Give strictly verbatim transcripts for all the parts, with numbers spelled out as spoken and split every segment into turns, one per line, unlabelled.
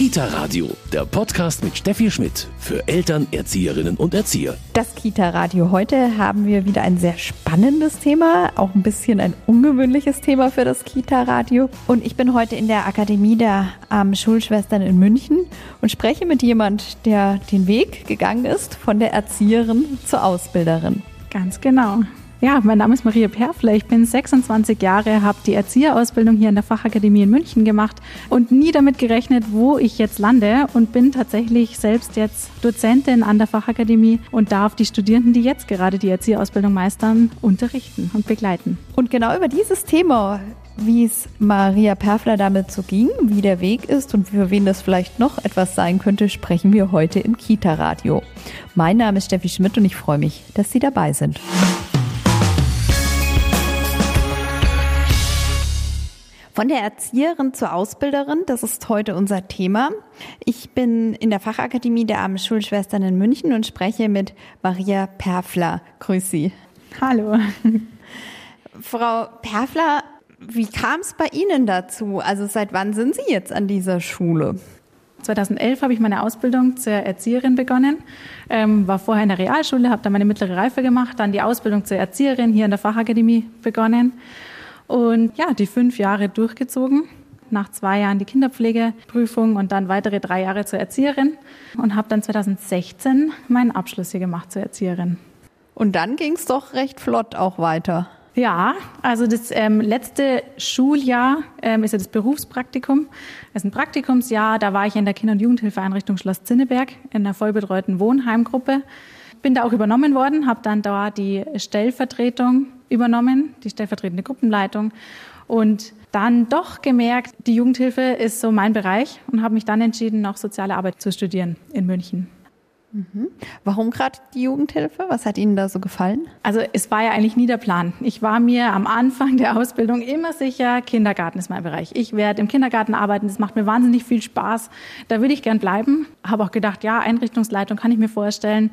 Kita-Radio, der Podcast mit Steffi Schmidt für Eltern, Erzieherinnen und Erzieher.
Das Kita-Radio. Heute haben wir wieder ein sehr spannendes Thema, auch ein bisschen ein ungewöhnliches Thema für das Kita-Radio. Und ich bin heute in der Akademie der armen Schulschwestern in München und spreche mit jemand, der den Weg gegangen ist von der Erzieherin zur Ausbilderin.
Ganz genau. Ja, mein Name ist Maria Perfler, ich bin sechsundzwanzig Jahre, habe die Erzieherausbildung hier an der Fachakademie in München gemacht und nie damit gerechnet, wo ich jetzt lande und bin tatsächlich selbst jetzt Dozentin an der Fachakademie und darf die Studierenden, die jetzt gerade die Erzieherausbildung meistern, unterrichten und begleiten.
Und genau über dieses Thema, wie es Maria Perfler damit so ging, wie der Weg ist und für wen das vielleicht noch etwas sein könnte, sprechen wir heute im Kita-Radio. Mein Name ist Steffi Schmidt und ich freue mich, dass Sie dabei sind. Von der Erzieherin zur Ausbilderin, das ist heute unser Thema. Ich bin in der Fachakademie der armen Schulschwestern in München und spreche mit Maria Perfler. Grüß Sie.
Hallo.
Frau Perfler, wie kam es bei Ihnen dazu? Also seit wann sind Sie jetzt an dieser Schule?
zweitausendelf habe ich meine Ausbildung zur Erzieherin begonnen, ähm, war vorher in der Realschule, habe dann meine mittlere Reife gemacht, dann die Ausbildung zur Erzieherin hier in der Fachakademie begonnen. Und ja, die fünf Jahre durchgezogen, nach zwei Jahren die Kinderpflegeprüfung und dann weitere drei Jahre zur Erzieherin und habe dann zweitausendsechzehn meinen Abschluss hier gemacht zur Erzieherin.
Und dann ging es doch recht flott auch weiter.
Ja, also das ähm, letzte Schuljahr ähm, ist ja das Berufspraktikum. Das ist ein Praktikumsjahr, da war ich in der Kinder- und Jugendhilfeeinrichtung Schloss Zinneberg in der vollbetreuten Wohnheimgruppe. Bin da auch übernommen worden, habe dann da die Stellvertretung übernommen, die stellvertretende Gruppenleitung und dann doch gemerkt, die Jugendhilfe ist so mein Bereich und habe mich dann entschieden, noch Soziale Arbeit zu studieren in München.
Mhm. Warum gerade die Jugendhilfe? Was hat Ihnen da so gefallen?
Also es war ja eigentlich nie der Plan. Ich war mir am Anfang der Ausbildung immer sicher, Kindergarten ist mein Bereich. Ich werde im Kindergarten arbeiten, das macht mir wahnsinnig viel Spaß. Da würde ich gern bleiben. Habe auch gedacht, ja, Einrichtungsleitung kann ich mir vorstellen.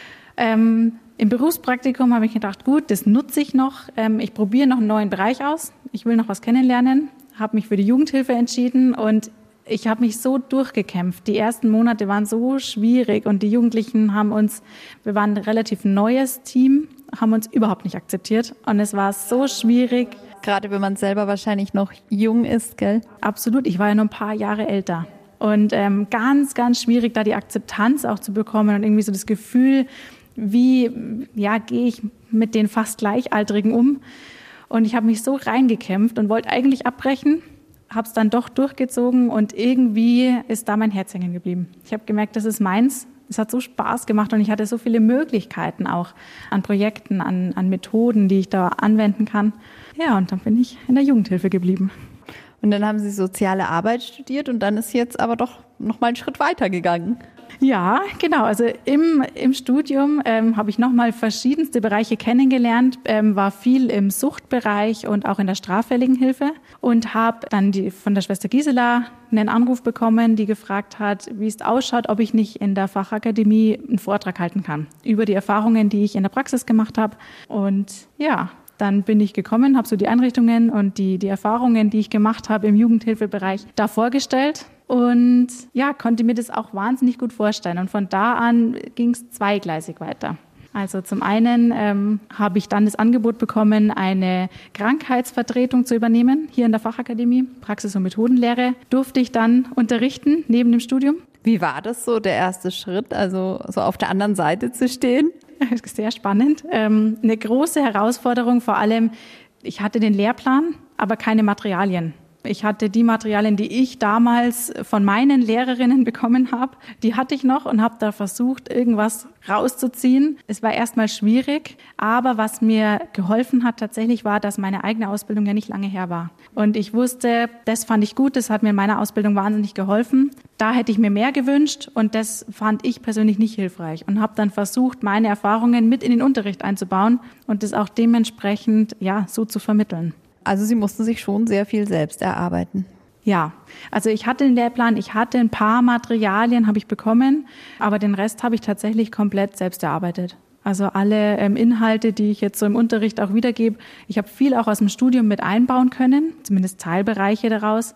Ähm, Im Berufspraktikum habe ich gedacht, gut, das nutze ich noch. Ähm, ich probiere noch einen neuen Bereich aus. Ich will noch was kennenlernen. Habe mich für die Jugendhilfe entschieden und ich habe mich so durchgekämpft. Die ersten Monate waren so schwierig und die Jugendlichen haben uns, wir waren ein relativ neues Team, haben uns überhaupt nicht akzeptiert und es war so schwierig.
Gerade wenn man selber wahrscheinlich noch jung ist, gell?
Absolut, ich war ja nur ein paar Jahre älter. Und ähm, ganz, ganz schwierig, da die Akzeptanz auch zu bekommen und irgendwie so das Gefühl, wie ja, gehe ich mit den fast Gleichaltrigen um. Und ich habe mich so reingekämpft und wollte eigentlich abbrechen, habe es dann doch durchgezogen und irgendwie ist da mein Herz hängen geblieben. Ich habe gemerkt, das ist meins. Es hat so Spaß gemacht und ich hatte so viele Möglichkeiten auch an Projekten, an, an Methoden, die ich da anwenden kann. Ja, und dann bin ich in der Jugendhilfe geblieben.
Und dann haben Sie Soziale Arbeit studiert und dann ist jetzt aber doch noch mal einen Schritt weiter gegangen.
Ja, genau. Also im, im Studium ähm, habe ich nochmal verschiedenste Bereiche kennengelernt, ähm, war viel im Suchtbereich und auch in der straffälligen Hilfe und habe dann die, von der Schwester Gisela einen Anruf bekommen, die gefragt hat, wie es ausschaut, ob ich nicht in der Fachakademie einen Vortrag halten kann über die Erfahrungen, die ich in der Praxis gemacht habe. Und ja, dann bin ich gekommen, habe so die Einrichtungen und die, die Erfahrungen, die ich gemacht habe im Jugendhilfebereich, da vorgestellt. Und ja, konnte mir das auch wahnsinnig gut vorstellen. Und von da an ging es zweigleisig weiter. Also zum einen ähm, habe ich dann das Angebot bekommen, eine Krankheitsvertretung zu übernehmen, hier in der Fachakademie. Praxis- und Methodenlehre durfte ich dann unterrichten, neben dem Studium.
Wie war das so, der erste Schritt, also so auf der anderen Seite zu stehen?
Sehr spannend. Ähm, eine große Herausforderung, vor allem, ich hatte den Lehrplan, aber keine Materialien. Ich hatte die Materialien, die ich damals von meinen Lehrerinnen bekommen habe, die hatte ich noch und habe da versucht, irgendwas rauszuziehen. Es war erstmal schwierig, aber was mir geholfen hat tatsächlich war, dass meine eigene Ausbildung ja nicht lange her war. Und ich wusste, das fand ich gut, das hat mir in meiner Ausbildung wahnsinnig geholfen. Da hätte ich mir mehr gewünscht und das fand ich persönlich nicht hilfreich und habe dann versucht, meine Erfahrungen mit in den Unterricht einzubauen und das auch dementsprechend ja so zu vermitteln.
Also Sie mussten sich schon sehr viel selbst erarbeiten.
Ja, also ich hatte den Lehrplan, ich hatte ein paar Materialien, habe ich bekommen, aber den Rest habe ich tatsächlich komplett selbst erarbeitet. Also alle ähm, Inhalte, die ich jetzt so im Unterricht auch wiedergebe, ich habe viel auch aus dem Studium mit einbauen können, zumindest Teilbereiche daraus.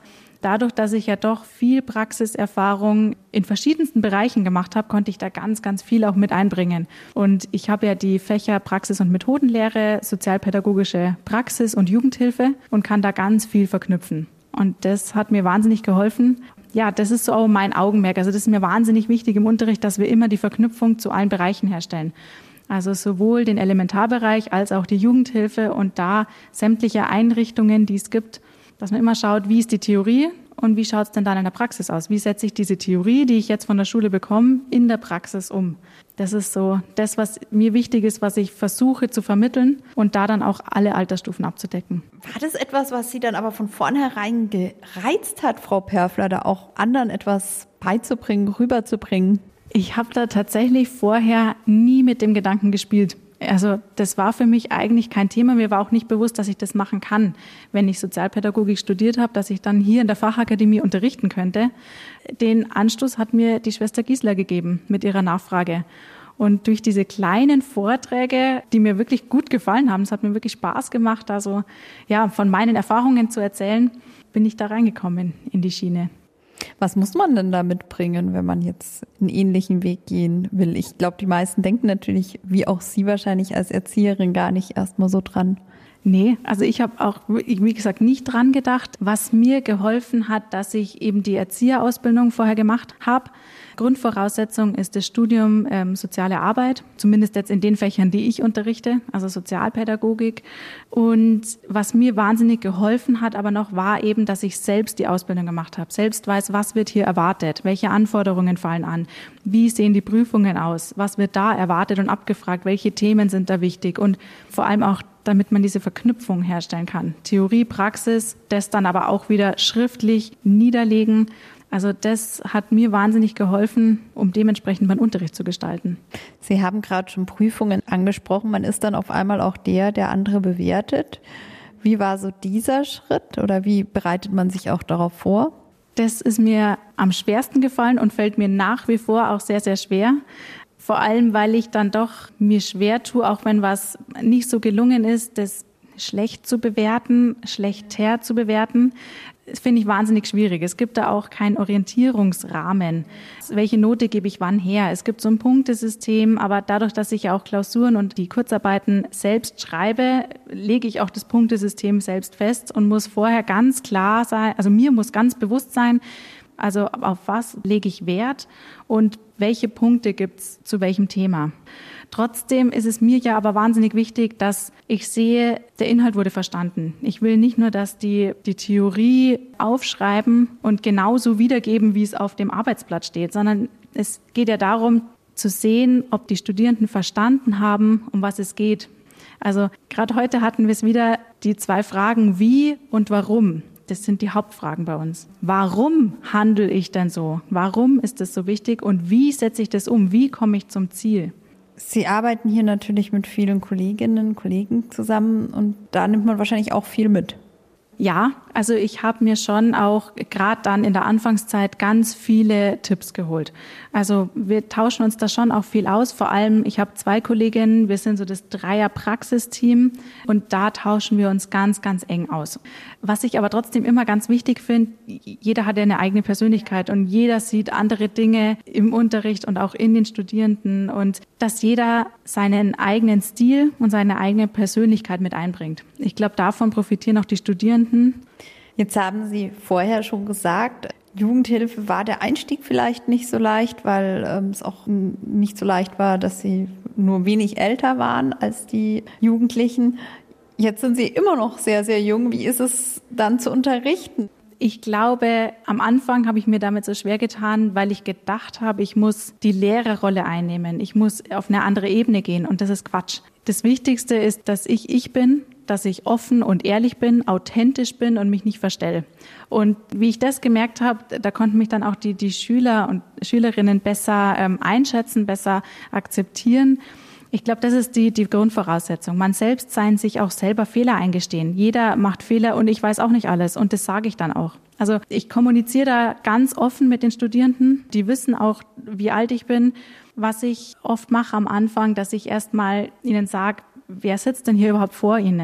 dadurch, dass ich ja doch viel Praxiserfahrung in verschiedensten Bereichen gemacht habe, konnte ich da ganz, ganz viel auch mit einbringen. Und ich habe ja die Fächer Praxis- und Methodenlehre, sozialpädagogische Praxis und Jugendhilfe und kann da ganz viel verknüpfen. Und das hat mir wahnsinnig geholfen. Ja, das ist so auch mein Augenmerk. Also das ist mir wahnsinnig wichtig im Unterricht, dass wir immer die Verknüpfung zu allen Bereichen herstellen. Also sowohl den Elementarbereich als auch die Jugendhilfe und da sämtliche Einrichtungen, die es gibt, dass man immer schaut, wie ist die Theorie und wie schaut es denn dann in der Praxis aus? Wie setze ich diese Theorie, die ich jetzt von der Schule bekomme, in der Praxis um? Das ist so das, was mir wichtig ist, was ich versuche zu vermitteln und da dann auch alle Altersstufen abzudecken.
War das etwas, was Sie dann aber von vornherein gereizt hat, Frau Perfler, da auch anderen etwas beizubringen, rüberzubringen?
Ich habe da tatsächlich vorher nie mit dem Gedanken gespielt. Also das war für mich eigentlich kein Thema. Mir war auch nicht bewusst, dass ich das machen kann, wenn ich Sozialpädagogik studiert habe, dass ich dann hier in der Fachakademie unterrichten könnte. Den Anstoß hat mir die Schwester Gisela gegeben mit ihrer Nachfrage. Und durch diese kleinen Vorträge, die mir wirklich gut gefallen haben, es hat mir wirklich Spaß gemacht, also ja, von meinen Erfahrungen zu erzählen, bin ich da reingekommen in die Schiene.
Was muss man denn da mitbringen, wenn man jetzt einen ähnlichen Weg gehen will? Ich glaube, die meisten denken natürlich, wie auch Sie wahrscheinlich als Erzieherin, gar nicht erstmal so dran.
Nee, also ich habe auch, wie gesagt, nicht dran gedacht. Was mir geholfen hat, dass ich eben die Erzieherausbildung vorher gemacht habe. Grundvoraussetzung ist das Studium ähm, Soziale Arbeit, zumindest jetzt in den Fächern, die ich unterrichte, also Sozialpädagogik. Und was mir wahnsinnig geholfen hat aber noch, war eben, dass ich selbst die Ausbildung gemacht habe. Selbst weiß, was wird hier erwartet, welche Anforderungen fallen an, wie sehen die Prüfungen aus, was wird da erwartet und abgefragt, welche Themen sind da wichtig und vor allem auch, damit man diese Verknüpfung herstellen kann. Theorie, Praxis, das dann aber auch wieder schriftlich niederlegen. Also das hat mir wahnsinnig geholfen, um dementsprechend meinen Unterricht zu gestalten.
Sie haben gerade schon Prüfungen angesprochen. Man ist dann auf einmal auch der, der andere bewertet. Wie war so dieser Schritt oder wie bereitet man sich auch darauf vor?
Das ist mir am schwersten gefallen und fällt mir nach wie vor auch sehr, sehr schwer. Vor allem, weil ich dann doch mir schwer tue, auch wenn was nicht so gelungen ist, das schlecht zu bewerten, schlechter zu bewerten. Das finde ich wahnsinnig schwierig. Es gibt da auch keinen Orientierungsrahmen. Welche Note gebe ich wann her? Es gibt so ein Punktesystem, aber dadurch, dass ich ja auch Klausuren und die Kurzarbeiten selbst schreibe, lege ich auch das Punktesystem selbst fest und muss vorher ganz klar sein, also mir muss ganz bewusst sein, also auf was lege ich Wert und welche Punkte gibt's zu welchem Thema. Trotzdem ist es mir ja aber wahnsinnig wichtig, dass ich sehe, der Inhalt wurde verstanden. Ich will nicht nur, dass die die Theorie aufschreiben und genauso wiedergeben, wie es auf dem Arbeitsblatt steht, sondern es geht ja darum, zu sehen, ob die Studierenden verstanden haben, um was es geht. Also gerade heute hatten wir es wieder, die zwei Fragen, wie und warum. Das sind die Hauptfragen bei uns. Warum handle ich denn so? Warum ist das so wichtig? Und wie setze ich das um? Wie komme ich zum Ziel?
Sie arbeiten hier natürlich mit vielen Kolleginnen und Kollegen zusammen und da nimmt man wahrscheinlich auch viel mit.
Ja, also ich habe mir schon auch gerade dann in der Anfangszeit ganz viele Tipps geholt. Also wir tauschen uns da schon auch viel aus. Vor allem, ich habe zwei Kolleginnen, wir sind so das Dreier-Praxisteam und da tauschen wir uns ganz, ganz eng aus. Was ich aber trotzdem immer ganz wichtig finde, jeder hat ja eine eigene Persönlichkeit und jeder sieht andere Dinge im Unterricht und auch in den Studierenden und dass jeder seinen eigenen Stil und seine eigene Persönlichkeit mit einbringt. Ich glaube, davon profitieren auch die Studierenden.
Jetzt haben Sie vorher schon gesagt, Jugendhilfe war der Einstieg vielleicht nicht so leicht, weil ähm, es auch nicht so leicht war, dass Sie nur wenig älter waren als die Jugendlichen. Jetzt sind Sie immer noch sehr, sehr jung. Wie ist es dann zu unterrichten?
Ich glaube, am Anfang habe ich mir damit so schwer getan, weil ich gedacht habe, ich muss die Lehrerrolle einnehmen. Ich muss auf eine andere Ebene gehen und das ist Quatsch. Das Wichtigste ist, dass ich ich bin, dass ich offen und ehrlich bin, authentisch bin und mich nicht verstelle. Und wie ich das gemerkt habe, da konnten mich dann auch die, die Schüler und Schülerinnen besser ähm, einschätzen, besser akzeptieren. Ich glaube, das ist die, die Grundvoraussetzung. Man selbst sein, sich auch selber Fehler eingestehen. Jeder macht Fehler und ich weiß auch nicht alles und das sage ich dann auch. Also ich kommuniziere da ganz offen mit den Studierenden. Die wissen auch, wie alt ich bin. Was ich oft mache am Anfang, dass ich erst mal ihnen sage, wer sitzt denn hier überhaupt vor Ihnen?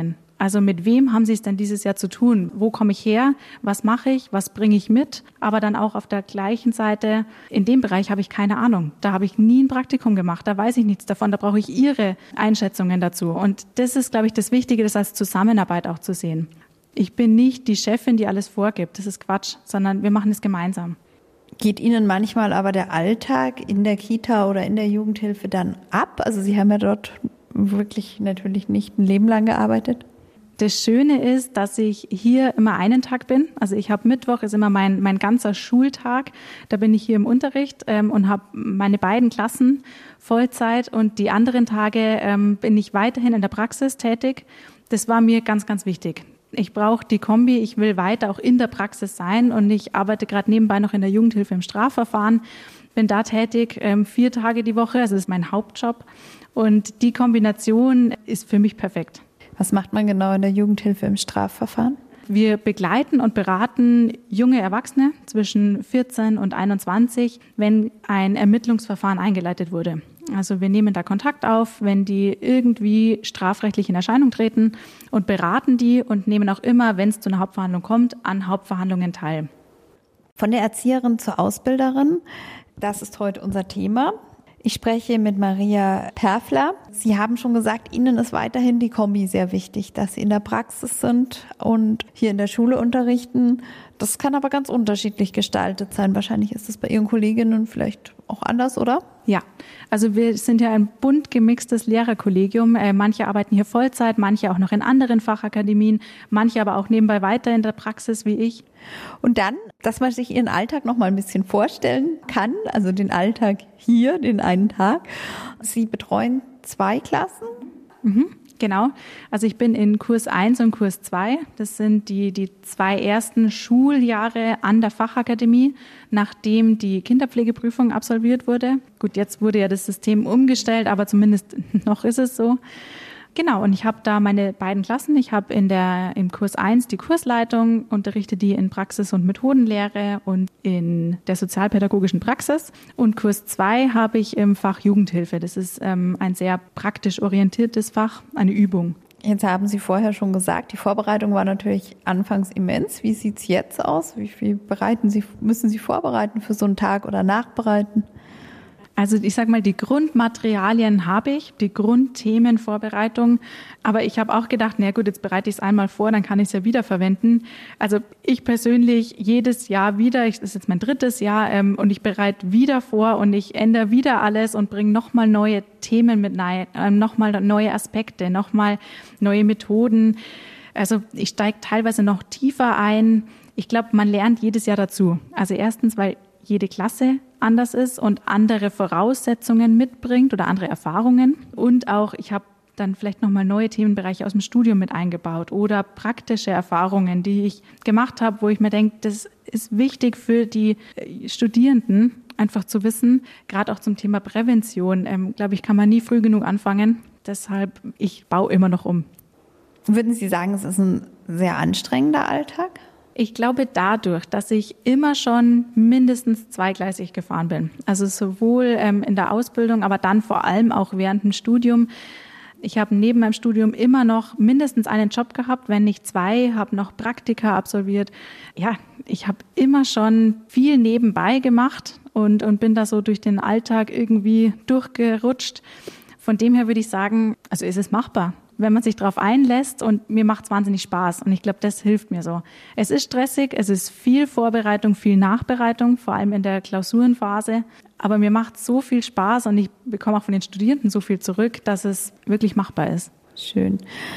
Also mit wem haben Sie es denn dieses Jahr zu tun? Wo komme ich her? Was mache ich? Was bringe ich mit? Aber dann auch auf der gleichen Seite, in dem Bereich habe ich keine Ahnung. Da habe ich nie ein Praktikum gemacht. Da weiß ich nichts davon. Da brauche ich Ihre Einschätzungen dazu. Und das ist, glaube ich, das Wichtige, das als Zusammenarbeit auch zu sehen. Ich bin nicht die Chefin, die alles vorgibt. Das ist Quatsch, sondern wir machen es gemeinsam.
Geht Ihnen manchmal aber der Alltag in der Kita oder in der Jugendhilfe dann ab? Also Sie haben ja dort wirklich natürlich nicht ein Leben lang gearbeitet.
Das Schöne ist, dass ich hier immer einen Tag bin. Also ich habe Mittwoch, ist immer mein, mein ganzer Schultag. Da bin ich hier im Unterricht ähm, und habe meine beiden Klassen Vollzeit. Und die anderen Tage ähm, bin ich weiterhin in der Praxis tätig. Das war mir ganz, ganz wichtig. Ich brauche die Kombi, ich will weiter auch in der Praxis sein. Und ich arbeite gerade nebenbei noch in der Jugendhilfe im Strafverfahren. Bin da tätig, ähm, vier Tage die Woche. Also das ist mein Hauptjob. Und die Kombination ist für mich perfekt.
Was macht man genau in der Jugendhilfe im Strafverfahren?
Wir begleiten und beraten junge Erwachsene zwischen vierzehn und einundzwanzig, wenn ein Ermittlungsverfahren eingeleitet wurde. Also wir nehmen da Kontakt auf, wenn die irgendwie strafrechtlich in Erscheinung treten und beraten die und nehmen auch immer, wenn es zu einer Hauptverhandlung kommt, an Hauptverhandlungen teil.
Von der Erzieherin zur Ausbilderin, das ist heute unser Thema. Ich spreche mit Maria Perfler. Sie haben schon gesagt, Ihnen ist weiterhin die Kombi sehr wichtig, dass Sie in der Praxis sind und hier in der Schule unterrichten. Das kann aber ganz unterschiedlich gestaltet sein. Wahrscheinlich ist es bei Ihren Kolleginnen vielleicht auch anders, oder?
Ja, also wir sind ja ein bunt gemixtes Lehrerkollegium. Äh, manche arbeiten hier Vollzeit, manche auch noch in anderen Fachakademien, manche aber auch nebenbei weiter in der Praxis wie ich.
Und dann, dass man sich Ihren Alltag noch mal ein bisschen vorstellen kann, also den Alltag hier, den einen Tag. Sie betreuen zwei Klassen?
Mhm. Genau, also ich bin in Kurs eins und Kurs zwei. Das sind die, die zwei ersten Schuljahre an der Fachakademie, nachdem die Kinderpflegeprüfung absolviert wurde. Gut, jetzt wurde ja das System umgestellt, aber zumindest noch ist es so. Genau, und ich habe da meine beiden Klassen. Ich habe in der im Kurs eins die Kursleitung, unterrichte die in Praxis- und Methodenlehre und in der sozialpädagogischen Praxis. Und Kurs zwei habe ich im Fach Jugendhilfe. Das ist ähm, ein sehr praktisch orientiertes Fach, eine Übung.
Jetzt haben Sie vorher schon gesagt, die Vorbereitung war natürlich anfangs immens. Wie sieht's jetzt aus? Wie viel bereiten Sie, müssen Sie vorbereiten für so einen Tag oder nachbereiten?
Also ich sag mal, die Grundmaterialien habe ich, die Grundthemenvorbereitung. Aber ich habe auch gedacht, na gut, jetzt bereite ich es einmal vor, dann kann ich es ja wieder verwenden. Also ich persönlich jedes Jahr wieder, das ist jetzt mein drittes Jahr, ähm, und ich bereite wieder vor und ich ändere wieder alles und bringe nochmal neue Themen mit rein, äh, nochmal neue Aspekte, nochmal neue Methoden. Also ich steige teilweise noch tiefer ein. Ich glaube, man lernt jedes Jahr dazu. Also erstens, weil jede Klasse anders ist und andere Voraussetzungen mitbringt oder andere Erfahrungen. Und auch, ich habe dann vielleicht nochmal neue Themenbereiche aus dem Studium mit eingebaut oder praktische Erfahrungen, die ich gemacht habe, wo ich mir denke, das ist wichtig für die Studierenden, einfach zu wissen, gerade auch zum Thema Prävention, ähm, glaube ich, kann man nie früh genug anfangen. Deshalb, ich baue immer noch um.
Würden Sie sagen, es ist ein sehr anstrengender Alltag?
Ich glaube dadurch, dass ich immer schon mindestens zweigleisig gefahren bin. Also sowohl ähm, in der Ausbildung, aber dann vor allem auch während dem Studium. Ich habe neben meinem Studium immer noch mindestens einen Job gehabt, wenn nicht zwei, habe noch Praktika absolviert. Ja, ich habe immer schon viel nebenbei gemacht und, und bin da so durch den Alltag irgendwie durchgerutscht. Von dem her würde ich sagen, also ist es machbar, wenn man sich darauf einlässt, und mir macht es wahnsinnig Spaß und ich glaube, das hilft mir so. Es ist stressig, es ist viel Vorbereitung, viel Nachbereitung, vor allem in der Klausurenphase, aber mir macht so viel Spaß und ich bekomme auch von den Studierenden so viel zurück, dass es wirklich machbar ist.
Schön.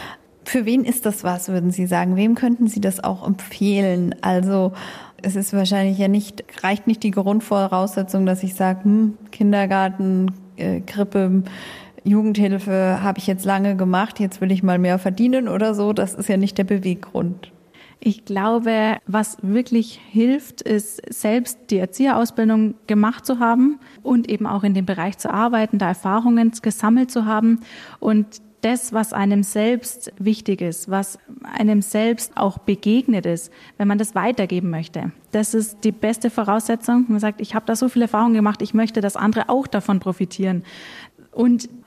Für wen ist das was, würden Sie sagen? Wem könnten Sie das auch empfehlen? Also es ist wahrscheinlich ja nicht, reicht nicht die Grundvoraussetzung, dass ich sage, hm, Kindergarten, äh, Krippe, Jugendhilfe habe ich jetzt lange gemacht, jetzt will ich mal mehr verdienen oder so. Das ist ja nicht der Beweggrund.
Ich glaube, was wirklich hilft, ist, selbst die Erzieherausbildung gemacht zu haben und eben auch in dem Bereich zu arbeiten, da Erfahrungen gesammelt zu haben und das, was einem selbst wichtig ist, was einem selbst auch begegnet ist, wenn man das weitergeben möchte. Das ist die beste Voraussetzung. Man sagt, ich habe da so viel Erfahrung gemacht, ich möchte, dass andere auch davon profitieren. Und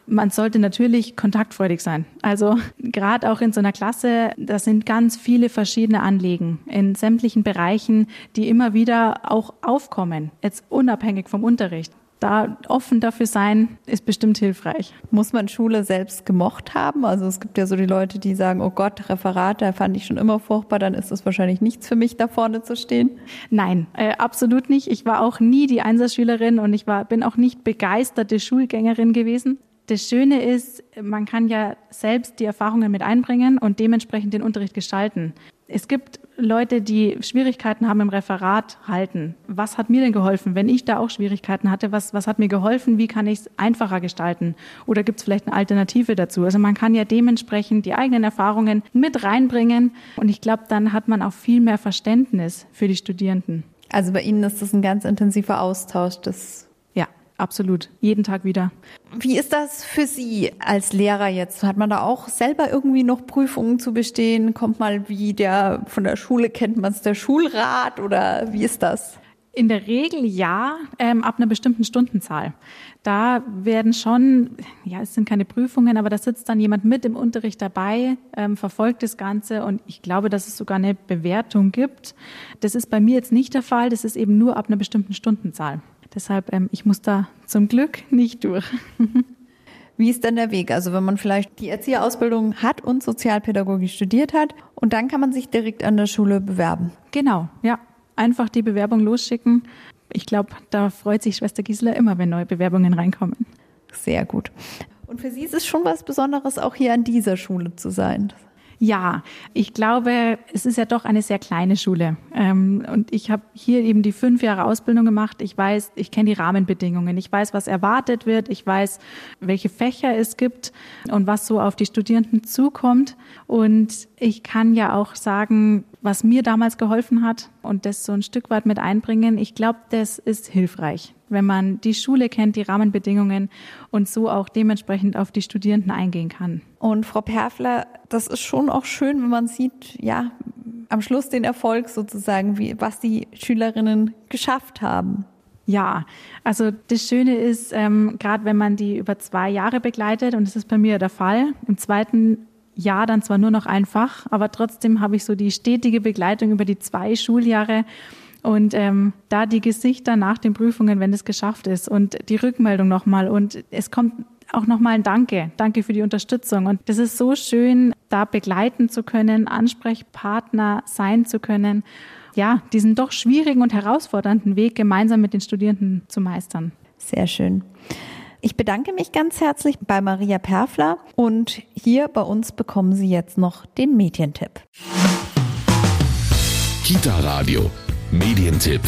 Man sollte natürlich kontaktfreudig sein. Also gerade auch in so einer Klasse, da sind ganz viele verschiedene Anliegen in sämtlichen Bereichen, die immer wieder auch aufkommen, jetzt unabhängig vom Unterricht. Da offen dafür sein, ist bestimmt hilfreich.
Muss man Schule selbst gemocht haben? Also es gibt ja so die Leute, die sagen, oh Gott, Referat, da fand ich schon immer furchtbar, dann ist das wahrscheinlich nichts für mich, da vorne zu stehen.
Nein, äh, absolut nicht. Ich war auch nie die Einserschülerin und ich war, bin auch nicht begeisterte Schulgängerin gewesen. Das Schöne ist, man kann ja selbst die Erfahrungen mit einbringen und dementsprechend den Unterricht gestalten. Es gibt Leute, die Schwierigkeiten haben im Referat halten. Was hat mir denn geholfen, wenn ich da auch Schwierigkeiten hatte? Was, was hat mir geholfen? Wie kann ich es einfacher gestalten? Oder gibt es vielleicht eine Alternative dazu? Also man kann ja dementsprechend die eigenen Erfahrungen mit reinbringen. Und ich glaube, dann hat man auch viel mehr Verständnis für die Studierenden.
Also bei Ihnen ist das ein ganz intensiver Austausch, das
absolut, jeden Tag wieder.
Wie ist das für Sie als Lehrer jetzt? Hat man da auch selber irgendwie noch Prüfungen zu bestehen? Kommt mal wie der von der Schule, kennt man es, der Schulrat oder wie ist das?
In der Regel ja, ähm, ab einer bestimmten Stundenzahl. Da werden schon, ja, es sind keine Prüfungen, aber da sitzt dann jemand mit im Unterricht dabei, ähm, verfolgt das Ganze und ich glaube, dass es sogar eine Bewertung gibt. Das ist bei mir jetzt nicht der Fall, das ist eben nur ab einer bestimmten Stundenzahl. Deshalb, ähm, ich muss da zum Glück nicht durch.
Wie ist denn der Weg? Also wenn man vielleicht die Erzieherausbildung hat und Sozialpädagogik studiert hat und dann kann man sich direkt an der Schule bewerben?
Genau, ja. Einfach die Bewerbung losschicken. Ich glaube, da freut sich Schwester Gisela immer, wenn neue Bewerbungen reinkommen.
Sehr gut. Und für Sie ist es schon was Besonderes, auch hier an dieser Schule zu sein?
Ja, ich glaube, es ist ja doch eine sehr kleine Schule. Ähm, und ich habe hier eben die fünf Jahre Ausbildung gemacht. Ich weiß, ich kenne die Rahmenbedingungen. Ich weiß, was erwartet wird. Ich weiß, welche Fächer es gibt und was so auf die Studierenden zukommt. Und ich kann ja auch sagen, was mir damals geholfen hat und das so ein Stück weit mit einbringen. Ich glaube, das ist hilfreich, wenn man die Schule kennt, die Rahmenbedingungen und so auch dementsprechend auf die Studierenden eingehen kann.
Und Frau Perfler, das ist schon auch schön, wenn man sieht, ja, am Schluss den Erfolg sozusagen, wie, was die Schülerinnen geschafft haben.
Ja, also das Schöne ist, ähm, gerade wenn man die über zwei Jahre begleitet, und das ist bei mir der Fall, im zweiten Jahr dann zwar nur noch ein Fach, aber trotzdem habe ich so die stetige Begleitung über die zwei Schuljahre und ähm, da die Gesichter nach den Prüfungen, wenn es geschafft ist und die Rückmeldung nochmal und es kommt auch nochmal ein Danke, danke für die Unterstützung und das ist so schön, da begleiten zu können, Ansprechpartner sein zu können, ja, diesen doch schwierigen und herausfordernden Weg gemeinsam mit den Studierenden zu meistern.
Sehr schön. Ich bedanke mich ganz herzlich bei Maria Perfler und hier bei uns bekommen Sie jetzt noch den Medientipp.
Kita Radio, Medientipp.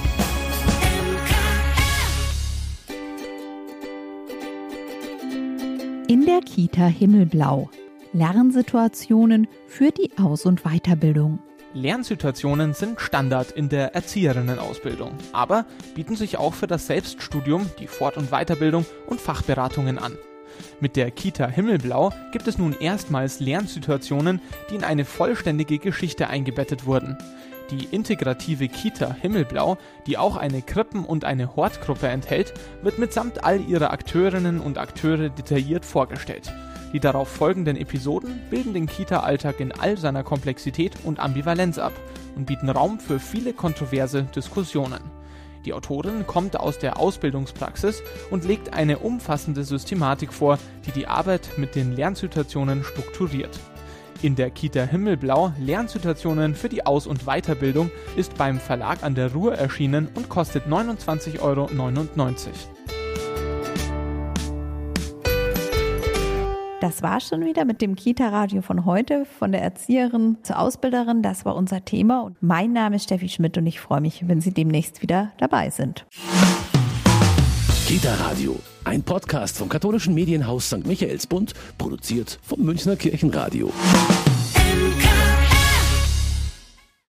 In der Kita Himmelblau. Lernsituationen für die Aus- und Weiterbildung.
Lernsituationen sind Standard in der Erzieherinnenausbildung, aber bieten sich auch für das Selbststudium, die Fort- und Weiterbildung und Fachberatungen an. Mit der Kita Himmelblau gibt es nun erstmals Lernsituationen, die in eine vollständige Geschichte eingebettet wurden. Die integrative Kita Himmelblau, die auch eine Krippen- und eine Hortgruppe enthält, wird mitsamt all ihrer Akteurinnen und Akteure detailliert vorgestellt. Die darauf folgenden Episoden bilden den Kita-Alltag in all seiner Komplexität und Ambivalenz ab und bieten Raum für viele kontroverse Diskussionen. Die Autorin kommt aus der Ausbildungspraxis und legt eine umfassende Systematik vor, die die Arbeit mit den Lernsituationen strukturiert. In der Kita Himmelblau Lernsituationen für die Aus- und Weiterbildung ist beim Verlag an der Ruhr erschienen und kostet neunundzwanzig Euro neunundneunzig.
Das war schon wieder mit dem Kita-Radio von heute, von der Erzieherin zur Ausbilderin. Das war unser Thema. Und mein Name ist Steffi Schmidt und ich freue mich, wenn Sie demnächst wieder dabei sind.
Kita Radio, ein Podcast vom katholischen Medienhaus Sankt Michaelsbund, produziert vom Münchner Kirchenradio.